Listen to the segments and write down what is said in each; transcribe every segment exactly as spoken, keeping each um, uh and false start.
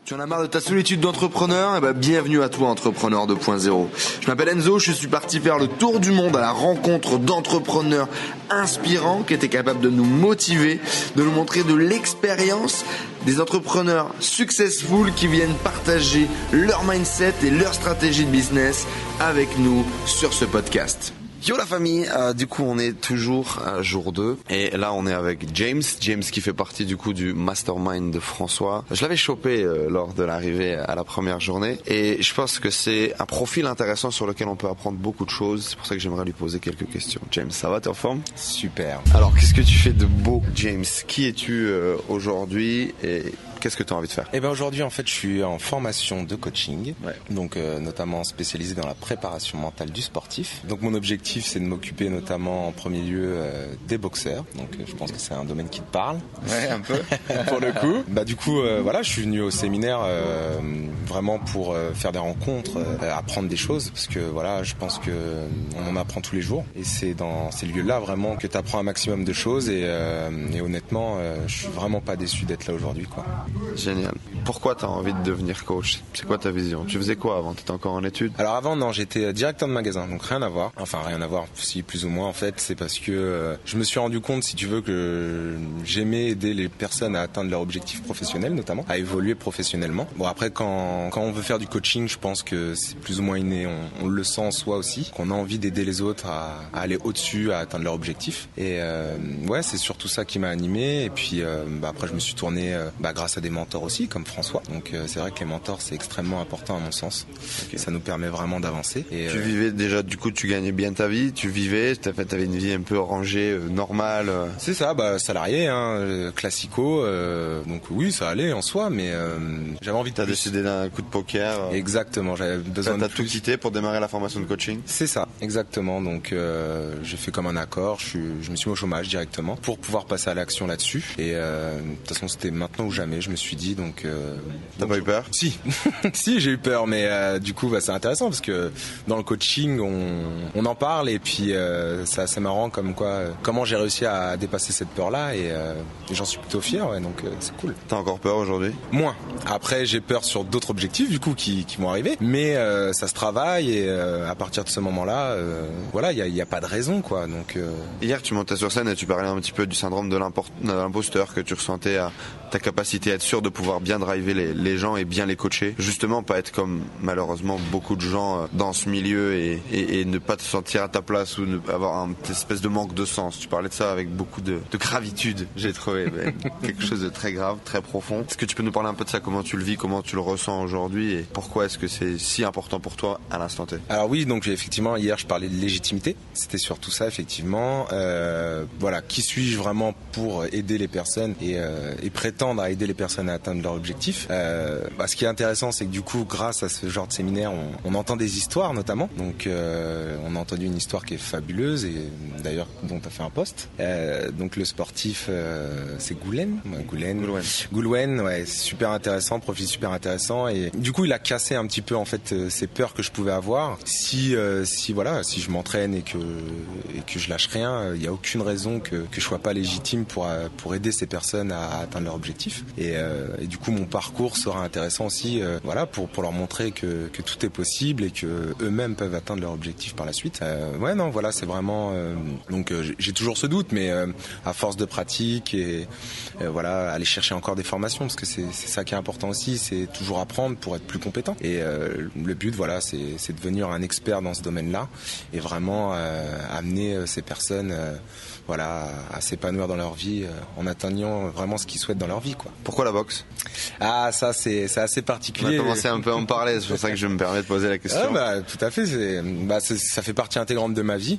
Tu en as marre de ta solitude d'entrepreneur? Eh ben, bienvenue à toi, Entrepreneur deux point zéro. Je m'appelle Enzo, je suis parti faire le tour du monde à la rencontre d'entrepreneurs inspirants qui étaient capables de nous motiver, de nous montrer de l'expérience, des entrepreneurs successful qui viennent partager leur mindset et leur stratégie de business avec nous sur ce podcast. Yo la famille, euh, du coup on est toujours à jour deux et là on est avec James, James qui fait partie du coup du mastermind de François. Je l'avais chopé euh, lors de l'arrivée à la première journée et je pense que c'est un profil intéressant sur lequel on peut apprendre beaucoup de choses. C'est pour ça que j'aimerais lui poser quelques questions. James, ça va, t'es en forme? Super. Alors qu'est-ce que tu fais de beau, James? Qui es-tu euh, aujourd'hui et qu'est-ce que tu as envie de faire? Eh ben aujourd'hui en fait je suis en formation de coaching, ouais. donc euh, notamment spécialisé dans la préparation mentale du sportif. Donc mon objectif c'est de m'occuper notamment en premier lieu euh, des boxeurs. Donc euh, je pense que c'est un domaine qui te parle. Ouais, un peu. Pour le coup. Bah du coup euh, voilà, je suis venu au séminaire euh, vraiment pour euh, faire des rencontres, euh, apprendre des choses parce que voilà, je pense que on en apprend tous les jours et c'est dans ces lieux-là vraiment que tu apprends un maximum de choses et, euh, et honnêtement, euh, je suis vraiment pas déçu d'être là aujourd'hui quoi. Génial. Pourquoi tu as envie de devenir coach? C'est quoi ta vision? Tu faisais quoi avant? Tu étais encore en études? Alors avant, non, j'étais directeur de magasin, donc rien à voir. Enfin, rien à voir, si plus ou moins en fait. C'est parce que euh, je me suis rendu compte, si tu veux, que j'aimais aider les personnes à atteindre leur objectif professionnel, notamment, à évoluer professionnellement. Bon, après, quand, quand on veut faire du coaching, je pense que c'est plus ou moins inné. On, on le sent en soi aussi, qu'on a envie d'aider les autres à, à aller au-dessus, à atteindre leur objectif. Et euh, ouais, c'est surtout ça qui m'a animé. Et puis euh, bah, après, je me suis tourné euh, bah, grâce à des mentors aussi, comme François. Donc euh, c'est vrai que les mentors, c'est extrêmement important à mon sens. Okay. Ça nous permet vraiment d'avancer. Et, tu euh... vivais déjà, du coup, tu gagnais bien ta vie, tu vivais, tu avais une vie un peu rangée, euh, normale. Euh... C'est ça, bah salarié, hein, euh, classico. Euh, donc oui, ça allait en soi, mais euh, j'avais envie de. T'as décidé d'un coup de poker. Euh... Exactement, j'avais besoin. T'as, de t'as plus. tout quitté pour démarrer la formation de coaching. C'est ça, exactement. Donc euh, j'ai fait comme un accord. Je, suis, je me suis mis au chômage directement pour pouvoir passer à l'action là-dessus. Et euh, de toute façon, c'était maintenant ou jamais. Je me suis dit donc. Euh, T'as pas eu peur? Si, si j'ai eu peur, mais euh, du coup bah, c'est intéressant parce que dans le coaching on, on en parle et puis euh, c'est assez marrant comme quoi euh, comment j'ai réussi à dépasser cette peur là et, euh, et j'en suis plutôt fier, ouais, donc euh, c'est cool. T'as encore peur aujourd'hui? Moins. Après j'ai peur sur d'autres objectifs du coup qui, qui vont arriver, mais euh, ça se travaille et euh, à partir de ce moment là, euh, voilà il y a, y a pas de raison quoi. Donc euh... hier tu montais sur scène et tu parlais un petit peu du syndrome de l'imposteur que tu ressentais à ta capacité à être sûr de pouvoir bien driver les, les gens et bien les coacher, justement pas être comme malheureusement beaucoup de gens dans ce milieu et, et, et ne pas te sentir à ta place ou ne, avoir une espèce de manque de sens. Tu parlais de ça avec beaucoup de, de gravitude, j'ai trouvé quelque chose de très grave, très profond. Est-ce que tu peux nous parler un peu de ça, comment tu le vis, comment tu le ressens aujourd'hui et pourquoi est-ce que c'est si important pour toi à l'instant T? Alors oui, donc effectivement hier je parlais de légitimité, c'était surtout ça effectivement. Euh, voilà, qui suis-je vraiment pour aider les personnes et, euh, et prétendre à aider les personnes à atteindre leur objectif. Euh, bah, ce qui est intéressant, c'est que du coup, grâce à ce genre de séminaire, on, on entend des histoires notamment. Donc, euh, on a entendu une histoire qui est fabuleuse et d'ailleurs dont tu as fait un post. Euh, donc, le sportif, euh, c'est Goulen, ouais, Goulen, Goulwen. Goulwen, ouais, super intéressant, profil super intéressant. Et du coup, il a cassé un petit peu en fait ces peurs que je pouvais avoir. Si, euh, si voilà, si je m'entraîne et que et que je lâche rien, il n'y a aucune raison que que je sois pas légitime pour pour aider ces personnes à atteindre leur objectif. Et, euh, et du coup, mon parcours sera intéressant aussi, euh, voilà, pour pour leur montrer que que tout est possible et que eux-mêmes peuvent atteindre leur objectif par la suite. Euh, ouais, non, voilà, c'est vraiment. Euh, donc, euh, j'ai toujours ce doute, mais euh, à force de pratique et euh, voilà, aller chercher encore des formations, parce que c'est c'est ça qui est important aussi, c'est toujours apprendre pour être plus compétent. Et euh, le but, voilà, c'est c'est de devenir un expert dans ce domaine-là et vraiment euh, amener ces personnes. Euh, voilà, à s'épanouir dans leur vie euh, en atteignant vraiment ce qu'ils souhaitent dans leur vie, quoi. Pourquoi la boxe? Ah, ça c'est c'est assez particulier. On a commencé un peu à en parler, c'est pour ça que je me permets de poser la question. Ah, bah, tout à fait, c'est, bah, c'est, ça fait partie intégrante de ma vie.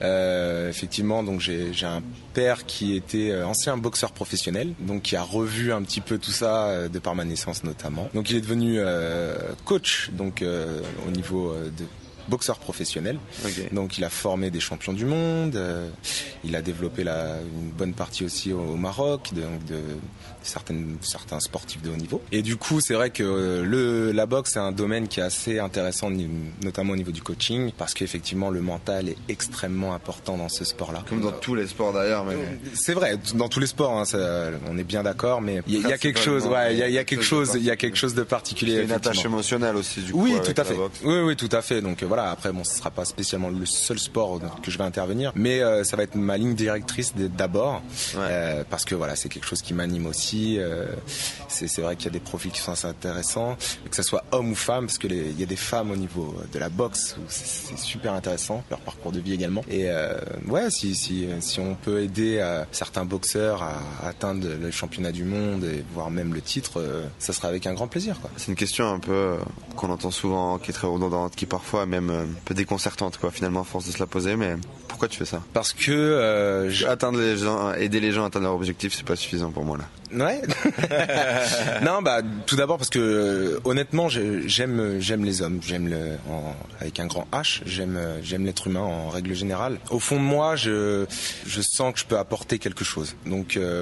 Euh, effectivement, donc j'ai j'ai un père qui était ancien boxeur professionnel, donc qui a revu un petit peu tout ça euh, de par ma naissance notamment. Donc il est devenu euh, coach, donc euh, au niveau de boxeur professionnel. Okay. Donc il a formé des champions du monde, euh, il a développé la, une bonne partie aussi au, au Maroc, de, de, de certaines, certains sportifs de haut niveau. Et du coup, c'est vrai que le, la boxe, c'est un domaine qui est assez intéressant, notamment au niveau du coaching, parce qu'effectivement, le mental est extrêmement important dans ce sport-là. Comme dans tous les sports d'ailleurs. Mais... C'est vrai, dans tous les sports, hein, ça, on est bien d'accord, mais il y, y a quelque chose, ouais, il y a, y a quelque chose, il y a quelque chose de particulier. C'est une attache émotionnelle aussi, du coup. Oui, tout à fait. Oui, oui, tout à fait. Donc euh, voilà. Après, bon, ce sera pas spécialement le seul sport que je vais intervenir, mais euh, ça va être ma ligne directrice d'abord, ouais. euh, parce que voilà, c'est quelque chose qui m'anime aussi. Euh, c'est, c'est vrai qu'il y a des profils qui sont assez intéressants, que ce soit homme ou femme, parce que il y a des femmes au niveau de la boxe où c'est, c'est super intéressant, leur parcours de vie également. Et euh, ouais, si si si on peut aider euh, certains boxeurs à atteindre le championnat du monde et voire même le titre, euh, ça sera avec un grand plaisir, quoi. C'est une question un peu euh, qu'on entend souvent, qui est très redondante, qui parfois même euh, un peu déconcertante, quoi, finalement, à force de se la poser. Mais pourquoi tu fais ça? Parce que euh, je... atteindre les gens, aider les gens à atteindre leur objectif, c'est pas suffisant pour moi là. Ouais. Non, bah tout d'abord parce que euh, honnêtement, j'aime j'aime les hommes, j'aime le en, avec un grand H, j'aime j'aime l'être humain en règle générale. Au fond de moi, je je sens que je peux apporter quelque chose. Donc euh,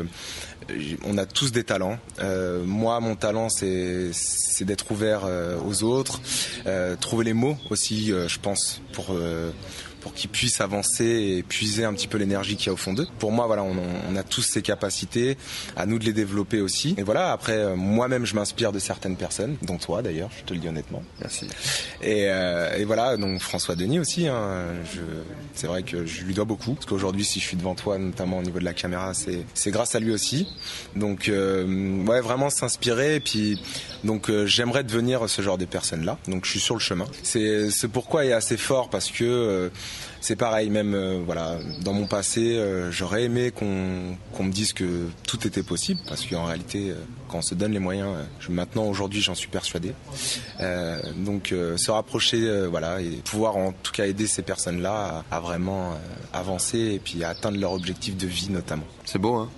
on a tous des talents. Euh, moi, mon talent, c'est c'est d'être ouvert euh, aux autres, euh, trouver les mots aussi, euh, je pense, pour euh, pour qu'ils puissent avancer et puiser un petit peu l'énergie qu'il y a au fond d'eux. Pour moi, voilà, on, on a tous ces capacités, à nous de les développer aussi. Et voilà, après, moi-même, je m'inspire de certaines personnes, dont toi d'ailleurs, je te le dis honnêtement. Merci. Et, euh, et voilà, donc François Denis aussi, hein, je, c'est vrai que je lui dois beaucoup, parce qu'aujourd'hui, si je suis devant toi, notamment au niveau de la caméra, c'est, c'est grâce à lui aussi. Donc, euh, ouais, vraiment s'inspirer, et puis, donc, euh, j'aimerais devenir ce genre de personnes-là. Donc, je suis sur le chemin. C'est, c'est pourquoi il est assez fort, parce que euh, c'est pareil, même euh, voilà, dans mon passé, euh, j'aurais aimé qu'on qu'on me dise que tout était possible, parce qu'en réalité, euh, quand on se donne les moyens, euh, je, maintenant aujourd'hui, j'en suis persuadé. Euh, donc, euh, se rapprocher, euh, voilà, et pouvoir en tout cas aider ces personnes-là à, à vraiment euh, avancer et puis à atteindre leur objectif de vie notamment. C'est beau, hein.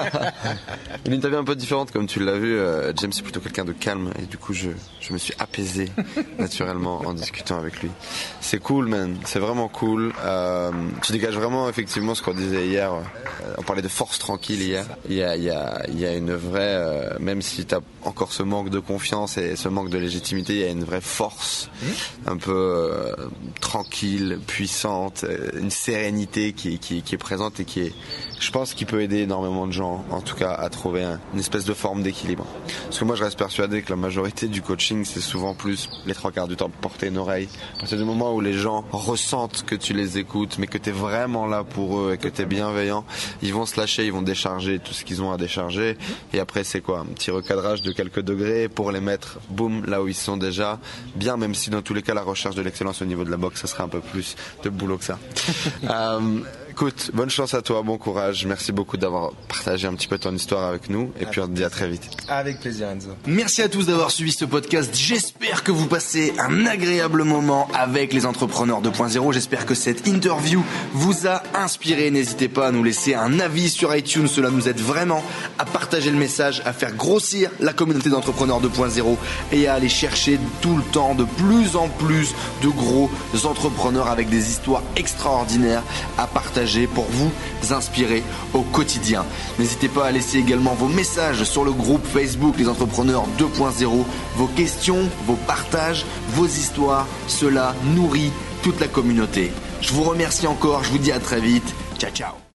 Une interview un peu différente, comme tu l'as vu. Euh, James est plutôt quelqu'un de calme, et du coup, je je me suis apaisé naturellement en discutant avec lui. C'est cool, man. C'est vraiment cool. Euh, tu dégages vraiment effectivement ce qu'on disait hier. Euh, on parlait de force tranquille hier. Il y a, il y a, il y a une vraie, euh, même si tu as encore ce manque de confiance et ce manque de légitimité, il y a une vraie force, un peu euh, tranquille, puissante, une sérénité qui, qui, qui est présente et qui est, je pense, qui peut aider énormément de gens, en tout cas, à trouver un, une espèce de forme d'équilibre. Parce que moi, je reste persuadé que la majorité du coaching, c'est souvent plus les trois quarts du temps porter une oreille. À partir du moment où les gens ressentent que tu les écoutes, mais que tu es vraiment là pour eux et que tu es bienveillant, ils vont se lâcher, ils vont décharger tout ce qu'ils ont à décharger. Et après, c'est quoi? Un petit recadrage de quelques degrés pour les mettre, boum, là où ils sont déjà bien, même si dans tous les cas, la recherche de l'excellence au niveau de la boxe, ça serait un peu plus de boulot que ça. euh, Écoute, bonne chance à toi, bon courage. Merci beaucoup d'avoir partagé un petit peu ton histoire avec nous. Et puis on te dit à très vite. Avec plaisir, Enzo. Merci à tous d'avoir suivi ce podcast. J'espère que vous passez un agréable moment avec les entrepreneurs deux point zéro. J'espère que cette interview vous a inspiré. N'hésitez pas à nous laisser un avis sur iTunes. Cela nous aide vraiment à partager le message, à faire grossir la communauté d'entrepreneurs deux point zéro et à aller chercher tout le temps de plus en plus de gros entrepreneurs avec des histoires extraordinaires à partager pour vous inspirer au quotidien. N'hésitez pas à laisser également vos messages sur le groupe Facebook Les Entrepreneurs deux point zéro, vos questions, vos partages, vos histoires. Cela nourrit toute la communauté. Je vous remercie encore, je vous dis à très vite. Ciao, ciao.